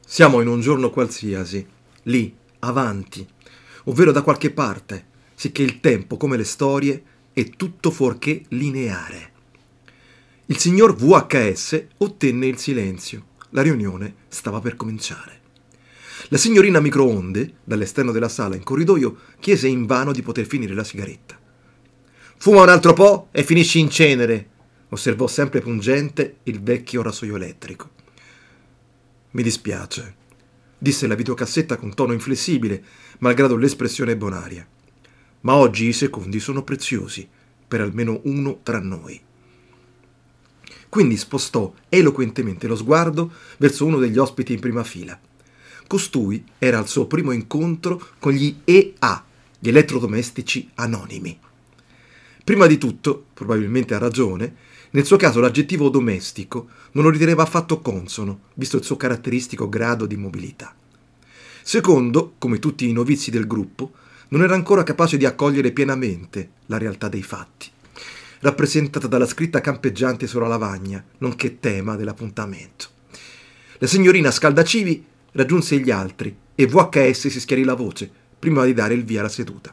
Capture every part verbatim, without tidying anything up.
Siamo in un giorno qualsiasi, lì, avanti, ovvero da qualche parte, sicché il tempo, come le storie, è tutto fuorché lineare. Il signor V H S ottenne il silenzio. La riunione stava per cominciare. La signorina microonde, dall'esterno della sala in corridoio, chiese invano di poter finire la sigaretta. «Fuma un altro po' e finisci in cenere», osservò sempre pungente il vecchio rasoio elettrico. «Mi dispiace», disse la videocassetta con tono inflessibile, malgrado l'espressione bonaria. «Ma oggi i secondi sono preziosi, per almeno uno tra noi». Quindi spostò eloquentemente lo sguardo verso uno degli ospiti in prima fila. Costui era al suo primo incontro con gli E A, gli elettrodomestici anonimi. Prima di tutto, probabilmente ha ragione, nel suo caso l'aggettivo domestico non lo riteneva affatto consono, visto il suo caratteristico grado di mobilità. Secondo, come tutti i novizi del gruppo, non era ancora capace di accogliere pienamente la realtà dei fatti, rappresentata dalla scritta campeggiante sulla lavagna, nonché tema dell'appuntamento. La signorina Scaldacivi raggiunse gli altri e V H S si schiarì la voce prima di dare il via alla seduta.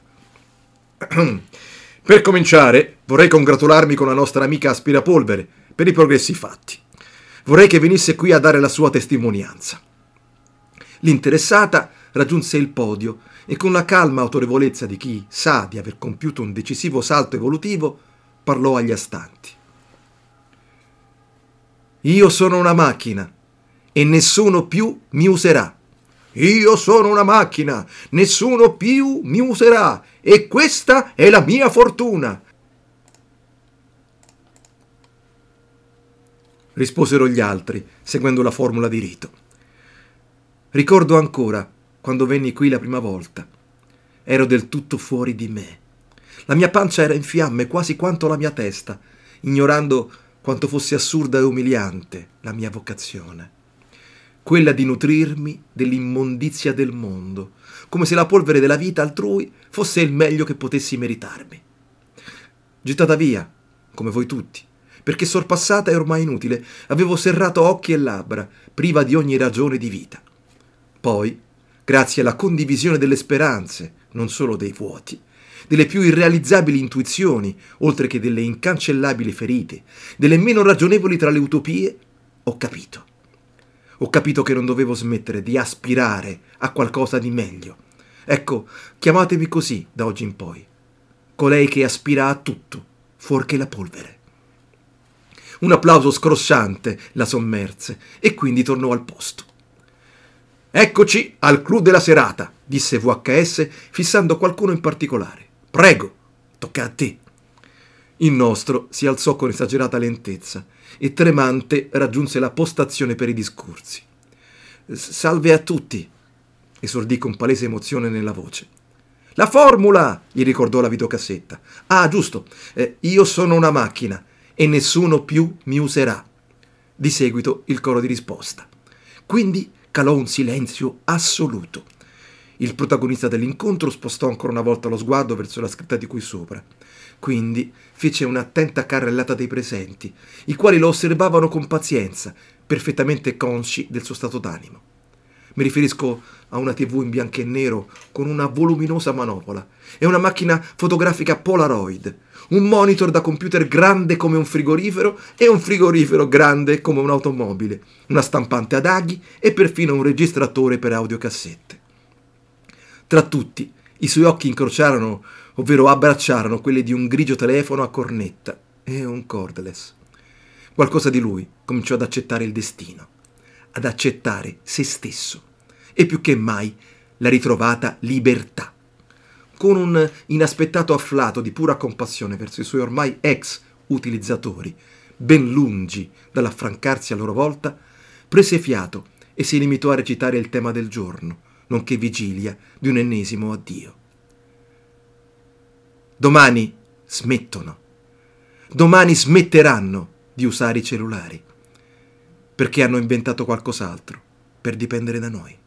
«Per cominciare, vorrei congratularmi con la nostra amica aspirapolvere per i progressi fatti. Vorrei che venisse qui a dare la sua testimonianza». L'interessata raggiunse il podio e con la calma autorevolezza di chi sa di aver compiuto un decisivo salto evolutivo parlò agli astanti. «Io sono una macchina e nessuno più mi userà. Io sono una macchina, nessuno più mi userà e questa è la mia fortuna», risposero gli altri, seguendo la formula di rito. Ricordo ancora quando venni qui la prima volta. Ero del tutto fuori di me. La mia pancia era in fiamme quasi quanto la mia testa, ignorando quanto fosse assurda e umiliante la mia vocazione. Quella di nutrirmi dell'immondizia del mondo, come se la polvere della vita altrui fosse il meglio che potessi meritarmi. Gettata via, come voi tutti, perché sorpassata e ormai inutile, avevo serrato occhi e labbra, priva di ogni ragione di vita. Poi, grazie alla condivisione delle speranze, non solo dei vuoti, delle più irrealizzabili intuizioni, oltre che delle incancellabili ferite, delle meno ragionevoli tra le utopie, ho capito. Ho capito che non dovevo smettere di aspirare a qualcosa di meglio. Ecco, chiamatemi così da oggi in poi. Colei che aspira a tutto, fuorché la polvere. Un applauso scrosciante la sommerse e quindi tornò al posto. «Eccoci al clou della serata», disse V H S fissando qualcuno in particolare. «Prego, tocca a te». Il nostro si alzò con esagerata lentezza e tremante raggiunse la postazione per i discorsi. «Salve a tutti», esordì con palese emozione nella voce. «La formula», gli ricordò la videocassetta. «Ah, giusto, eh, io sono una macchina e nessuno più mi userà». Di seguito il coro di risposta. Quindi calò un silenzio assoluto. Il protagonista dell'incontro spostò ancora una volta lo sguardo verso la scritta di qui sopra. Quindi fece un'attenta carrellata dei presenti, i quali lo osservavano con pazienza, perfettamente consci del suo stato d'animo. Mi riferisco a una tivù in bianco e nero con una voluminosa manopola e una macchina fotografica Polaroid, un monitor da computer grande come un frigorifero e un frigorifero grande come un'automobile, una stampante ad aghi e perfino un registratore per audiocassette. Tra tutti, i suoi occhi incrociarono, ovvero abbracciarono quelli di un grigio telefono a cornetta e un cordless. Qualcosa di lui cominciò ad accettare il destino, ad accettare se stesso e più che mai la ritrovata libertà. Con un inaspettato afflato di pura compassione verso i suoi ormai ex utilizzatori, ben lungi dall'affrancarsi a loro volta, prese fiato e si limitò a recitare il tema del giorno, nonché vigilia di un ennesimo addio. Domani smettono, domani smetteranno di usare i cellulari, perché hanno inventato qualcos'altro per dipendere da noi.